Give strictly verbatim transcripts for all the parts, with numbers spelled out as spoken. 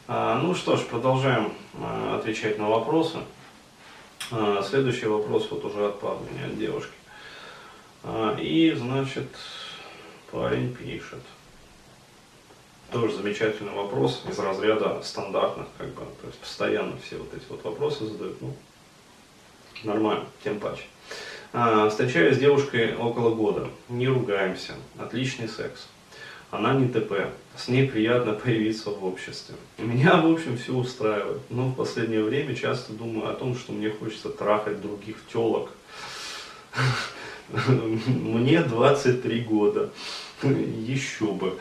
А, ну что ж, продолжаем а, отвечать на вопросы. А, следующий вопрос вот уже от парня, не от девушки. А, и, значит, парень пишет. Тоже замечательный вопрос из разряда стандартных, как бы, то есть постоянно все вот эти вот вопросы задают. Ну, нормально, тем паче. А, встречаюсь с девушкой около года, не ругаемся, отличный секс. Она не ТП, с ней приятно появиться в обществе. Меня, в общем, все устраивает, но в последнее время часто думаю о том, что мне хочется трахать других тёлок. Мне двадцать три года, еще бы.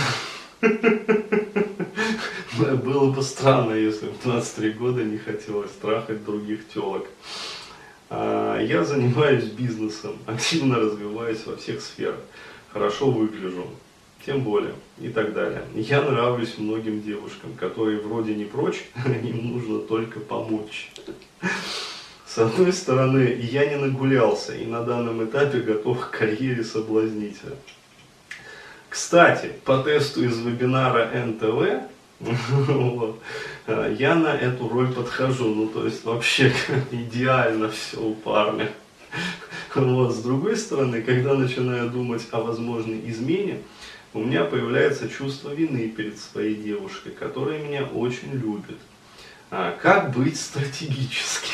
Было бы странно, если в двадцать три года не хотелось трахать других тёлок. Я занимаюсь бизнесом, активно развиваюсь во всех сферах, хорошо выгляжу, тем более, и так далее. Я нравлюсь многим девушкам, которые вроде не прочь, им нужно только помочь. С одной стороны, я не нагулялся и на данном этапе готов к карьере соблазнителя. Кстати, по тесту из вебинара эн тэ вэ, вот, я на эту роль подхожу, ну то есть вообще идеально все у парня. Вот, с другой стороны, когда начинаю думать о возможной измене, у меня появляется чувство вины перед своей девушкой, которая меня очень любит. А как быть стратегически?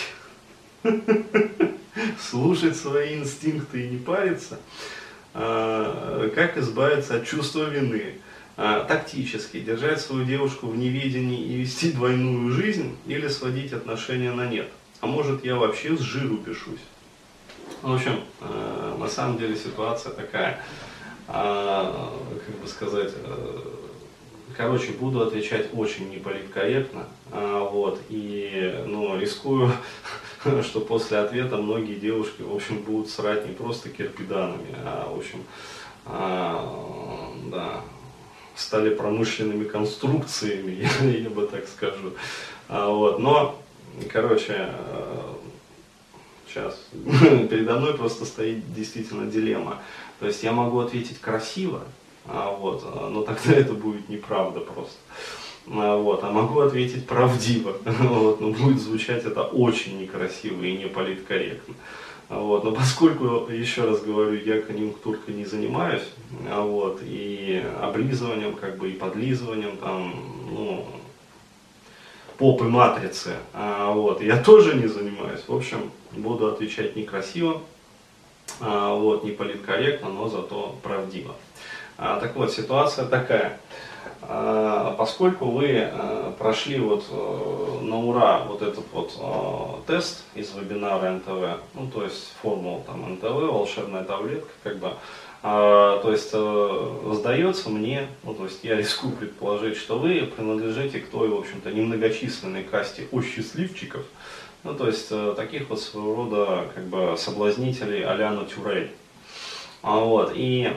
Слушать свои инстинкты и не париться? А, как избавиться от чувства вины? А, тактически держать свою девушку в неведении и вести двойную жизнь или сводить отношения на нет? А может, я вообще с жиру бешусь? В общем, э, на самом деле ситуация такая, э, как бы сказать, э, короче, буду отвечать очень неполиткорректно, э, вот, и, ну, рискую, что после ответа многие девушки, в общем, будут срать не просто кирпиданами, а, в общем, э, да, стали промышленными конструкциями, я, я бы так скажу, а, вот, но, короче, э, сейчас передо мной просто стоит действительно дилемма. То есть я могу ответить красиво, а, вот, но тогда это будет неправда просто. А, вот, а могу ответить правдиво, вот, но будет звучать это очень некрасиво и не политкорректно. А, вот, но поскольку, еще раз говорю, я конъюнктуркой не занимаюсь, а, вот, и облизыванием, как бы, и подлизыванием, там, ну, попы матрицы, а, вот, я тоже не занимаюсь. В общем, буду отвечать некрасиво, а, вот, не политкорректно, но зато правдиво. А, так вот, ситуация такая. А, поскольку вы а, прошли вот а, на ура вот этот вот а, тест из вебинара эн тэ вэ, ну то есть формула там эн тэ вэ, волшебная таблетка, как бы, а, то есть а, сдается мне, ну то есть я рискую предположить, что вы принадлежите к той, в общем-то, немногочисленной касте осчастливчиков, ну то есть а, таких вот своего рода, как бы, соблазнителей а-ля натюрель. А, вот, и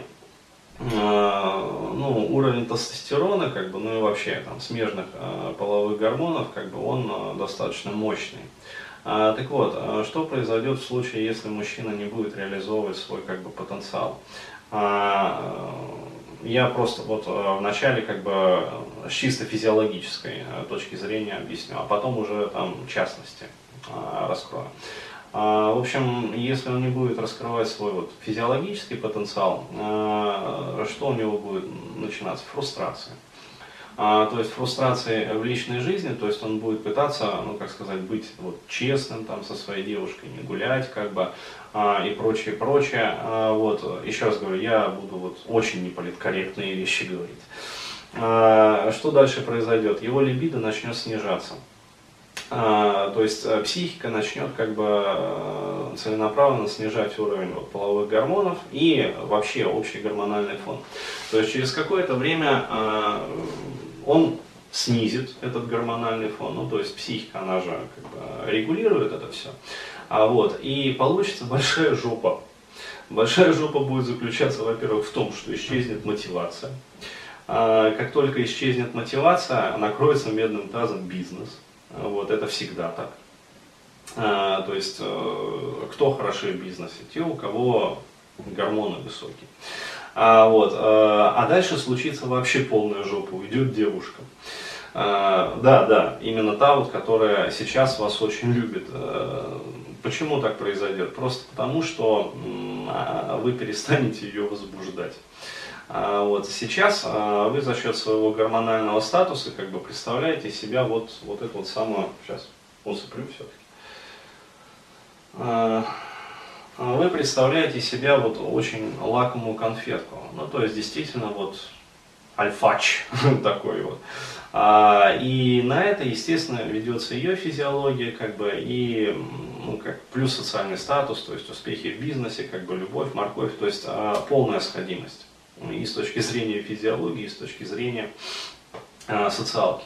ну, уровень тестостерона, как бы, ну и вообще там смежных э, половых гормонов, как бы, он э, достаточно мощный. А, так вот, э, что произойдет в случае, если мужчина не будет реализовывать свой, как бы, потенциал? А, э, я просто вот э, в начале, как бы, с чисто физиологической э, точки зрения объясню, а потом уже там частности э, раскрою. В общем, если он не будет раскрывать свой вот физиологический потенциал, что у него будет начинаться? Фрустрация. То есть фрустрации в личной жизни, то есть он будет пытаться, ну как сказать, быть вот честным там со своей девушкой, не гулять, как бы, и прочее, прочее. Вот, еще раз говорю, я буду вот очень неполиткорректные вещи говорить. Что дальше произойдет? Его либидо начнет снижаться. А, то есть психика начнет, как бы, целенаправленно снижать уровень вот половых гормонов и вообще общий гормональный фон. То есть через какое-то время а, он снизит этот гормональный фон, ну то есть психика, она же, как бы, регулирует это все. А, вот, и получится большая жопа. Большая жопа будет заключаться, во-первых, в том, что исчезнет мотивация. А, как только исчезнет мотивация, накроется медным тазом бизнес. Вот, это всегда так. А, то есть, э, кто хороши в бизнесе? Те, у кого гормоны высокие. А, вот, э, а дальше случится вообще полная жопа, уйдет девушка. А, да, да, именно та вот, которая сейчас вас очень любит. А, почему так произойдет? Просто потому, что м, вы перестанете ее возбуждать. А, вот сейчас а, вы за счет своего гормонального статуса как бы представляете себя вот, вот эту вот самую, сейчас усыплю все-таки. А, вы представляете себя вот очень лакомую конфетку. Ну, то есть, действительно, вот альфач такой вот. А, и на это, естественно, ведется ее физиология, как бы, и ну, как, плюс социальный статус, то есть успехи в бизнесе, как бы любовь, морковь, то есть а, полная сходимость. И с точки зрения физиологии, и с точки зрения а, социалки.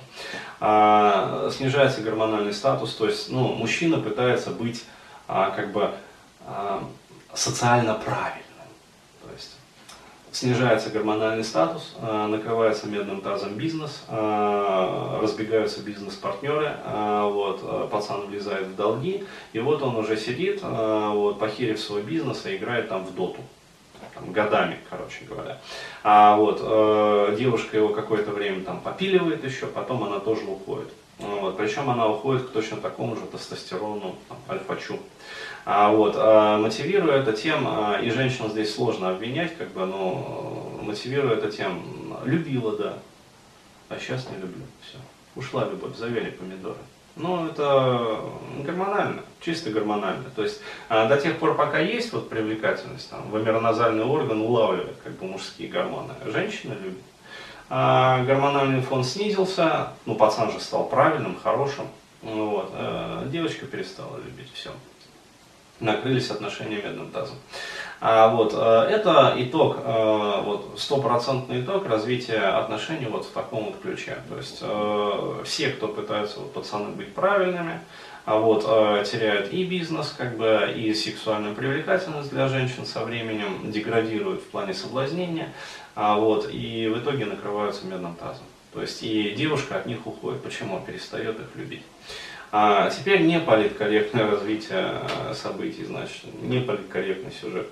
А, снижается гормональный статус, то есть ну, мужчина пытается быть а, как бы а, социально правильным. То есть снижается гормональный статус, а, накрывается медным тазом бизнес, а, разбегаются бизнес-партнеры, а, вот, пацан влезает в долги, и вот он уже сидит, а, вот, похерив свой бизнес, и играет там в доту. Там, годами, короче говоря. А вот э, девушка его какое-то время там попиливает еще, потом она тоже уходит. Вот, причем она уходит к точно такому же тестостерону, там, альфачу. А, вот, а, мотивируя это тем, а, и женщину здесь сложно обвинять, как бы, но мотивируя это тем, любила, да, а сейчас не люблю, все. Ушла любовь, завели помидоры. Ну, это гормонально, чисто гормонально. То есть а, до тех пор, пока есть вот привлекательность, там, вомероназальный орган улавливает как бы мужские гормоны, женщина любит. А, гормональный фон снизился, ну, пацан же стал правильным, хорошим, ну, вот, а, девочка перестала любить, все. Накрылись отношения медным тазом. А, вот, это итог, вот, стопроцентный итог развития отношений вот в таком вот ключе. То есть все, кто пытаются вот, пацаны быть правильными, вот, теряют и бизнес, как бы, и сексуальную привлекательность для женщин со временем, деградируют в плане соблазнения, вот, и в итоге накрываются медным тазом. То есть и девушка от них уходит. Почему? Перестает их любить. А теперь не политкорректное развитие событий, значит, не политкорректный сюжет.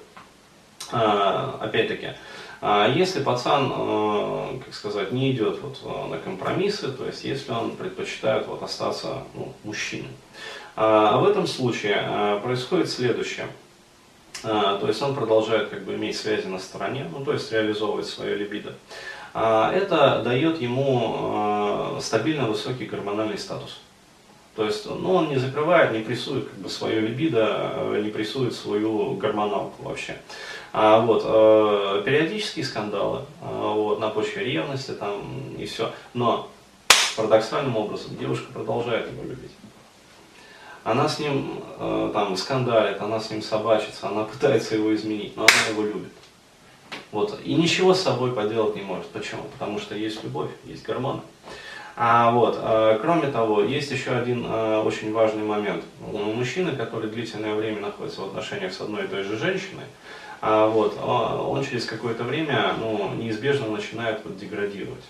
А, опять-таки, а если пацан, а, как сказать, не идет вот на компромиссы, то есть если он предпочитает вот остаться ну, мужчиной, а в этом случае а, происходит следующее. А, то есть он продолжает как бы иметь связи на стороне, ну то есть реализовывать свое либидо. А, это дает ему а, стабильно высокий гормональный статус. То есть ну, он не закрывает, не прессует как бы, свое либидо, не прессует свою гормоналку вообще. А, вот, э, периодические скандалы э, вот, на почве ревности там, и все. Но парадоксальным образом девушка продолжает его любить. Она с ним э, там, скандалит, она с ним собачится, она пытается его изменить, но она его любит. Вот. И ничего с собой поделать не может. Почему? Потому что есть любовь, есть гормоны. А вот, э, кроме того, есть еще один э, очень важный момент. Мужчина, который длительное время находится в отношениях с одной и той же женщиной, а, вот, он через какое-то время ну, неизбежно начинает вот, деградировать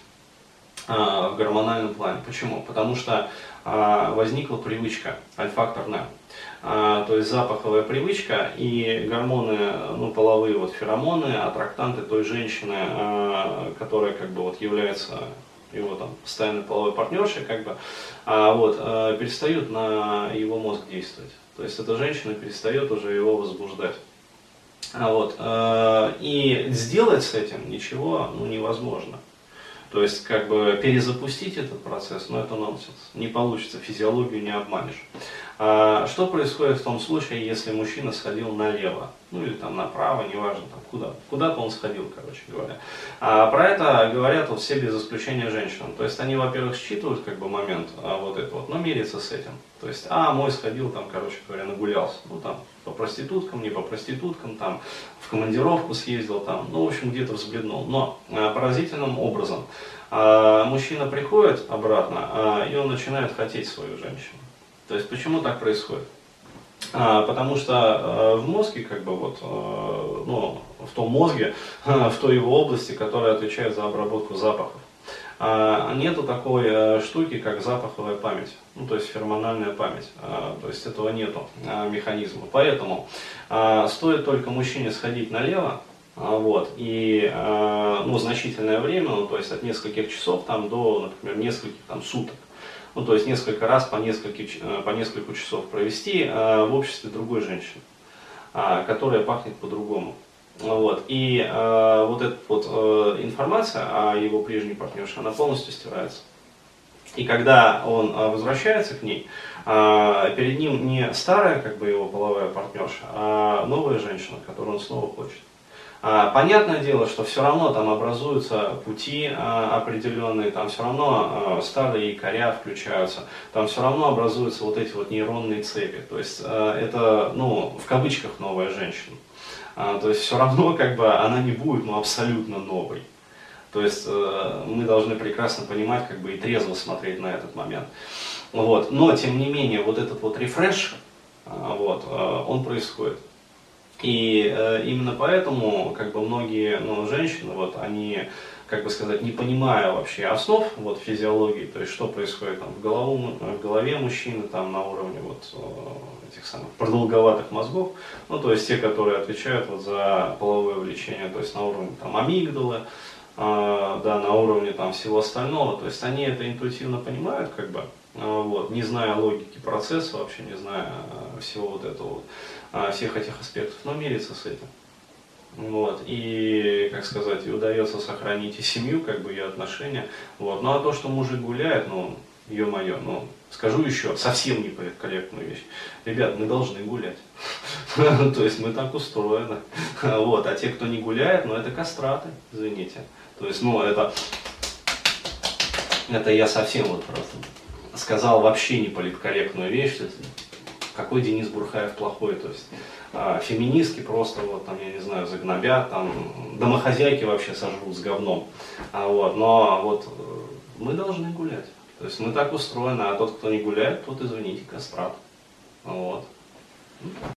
а, в гормональном плане. Почему? Потому что а, возникла привычка альфакторная, а, то есть запаховая привычка, и гормоны, ну, половые вот, феромоны, аттрактанты той женщины, а, которая как бы, вот, является его там постоянной половой партнершей, как бы, а, вот, а, перестают на его мозг действовать. То есть эта женщина перестает уже его возбуждать. А вот, э, и сделать с этим ничего ну, невозможно. То есть, как бы перезапустить этот процесс, ну это нонсенс. Не получится, физиологию не обманешь. А что происходит в том случае, если мужчина сходил налево? Ну или там направо, неважно, там куда. Куда-то он сходил, короче говоря. А про это говорят вот все без исключения женщины. То есть они, во-первых, считывают как бы момент а, вот это вот, но мирятся с этим. То есть, а, мой сходил там, короче говоря, нагулялся. Ну там, по проституткам, не по проституткам, там, в командировку съездил, там, ну, в общем, где-то взглянул. Но а, поразительным образом а, мужчина приходит обратно, а, и он начинает хотеть свою женщину. То есть, почему так происходит? А, потому что а, в мозге, как бы вот, а, ну, в том мозге, а, в той его области, которая отвечает за обработку запахов, а, нету такой а, штуки, как запаховая память, ну, то есть феромональная память, а, то есть этого нету а, механизма. Поэтому а, стоит только мужчине сходить налево, А, Вот, и э, ну, значительное время, ну, то есть от нескольких часов там, до, например, нескольких там, суток. Ну, то есть несколько раз по несколько, по несколько часов провести э, в обществе другой женщины, э, которая пахнет по-другому. Вот. И э, вот эта вот э, информация о его прежней партнерше, она полностью стирается. И когда он э, возвращается к ней, э, перед ним не старая, как бы, его половая партнерша, а новая женщина, которую он снова хочет. Понятное дело, что все равно там образуются пути определенные, там все равно старые якоря включаются, там все равно образуются вот эти вот нейронные цепи. То есть это, ну, в кавычках новая женщина. То есть все равно как бы она не будет, ну, абсолютно новой. То есть мы должны прекрасно понимать, как бы, и трезво смотреть на этот момент. Вот. Но тем не менее вот этот вот рефреш, вот, он происходит. И э, именно поэтому, как бы, многие, ну, женщины, вот, они, как бы сказать, не понимая вообще основ вот, физиологии, то есть что происходит там, в, голову, в голове мужчины, там, на уровне вот, этих самых продолговатых мозгов, ну, то есть те, которые отвечают вот, за половое влечение, то есть на уровне там, амигдалы, э, да, на уровне там, всего остального, то есть они это интуитивно понимают, как бы, вот, не зная логики процесса, вообще не зная всего вот этого вот, всех этих аспектов, но мириться с этим. Вот, и, как сказать, и удается сохранить и семью, как бы, и отношения. Вот. Ну а то, что мужик гуляет, ну, ё-моё, ну, скажу еще совсем не политкорректную вещь. Ребят, мы должны гулять. То есть мы так устроены. Вот. А те, кто не гуляет, ну это кастраты, извините. То есть, ну, это, это я совсем вот просто сказал вообще не политкорректную вещь. Какой Денис Бурхаев плохой, то есть а, феминистки просто, вот, там, я не знаю, загнобят, там, домохозяйки вообще сожрут с говном, а, вот, но вот мы должны гулять, то есть мы так устроены, а тот, кто не гуляет, тот, извините, кастрат, вот.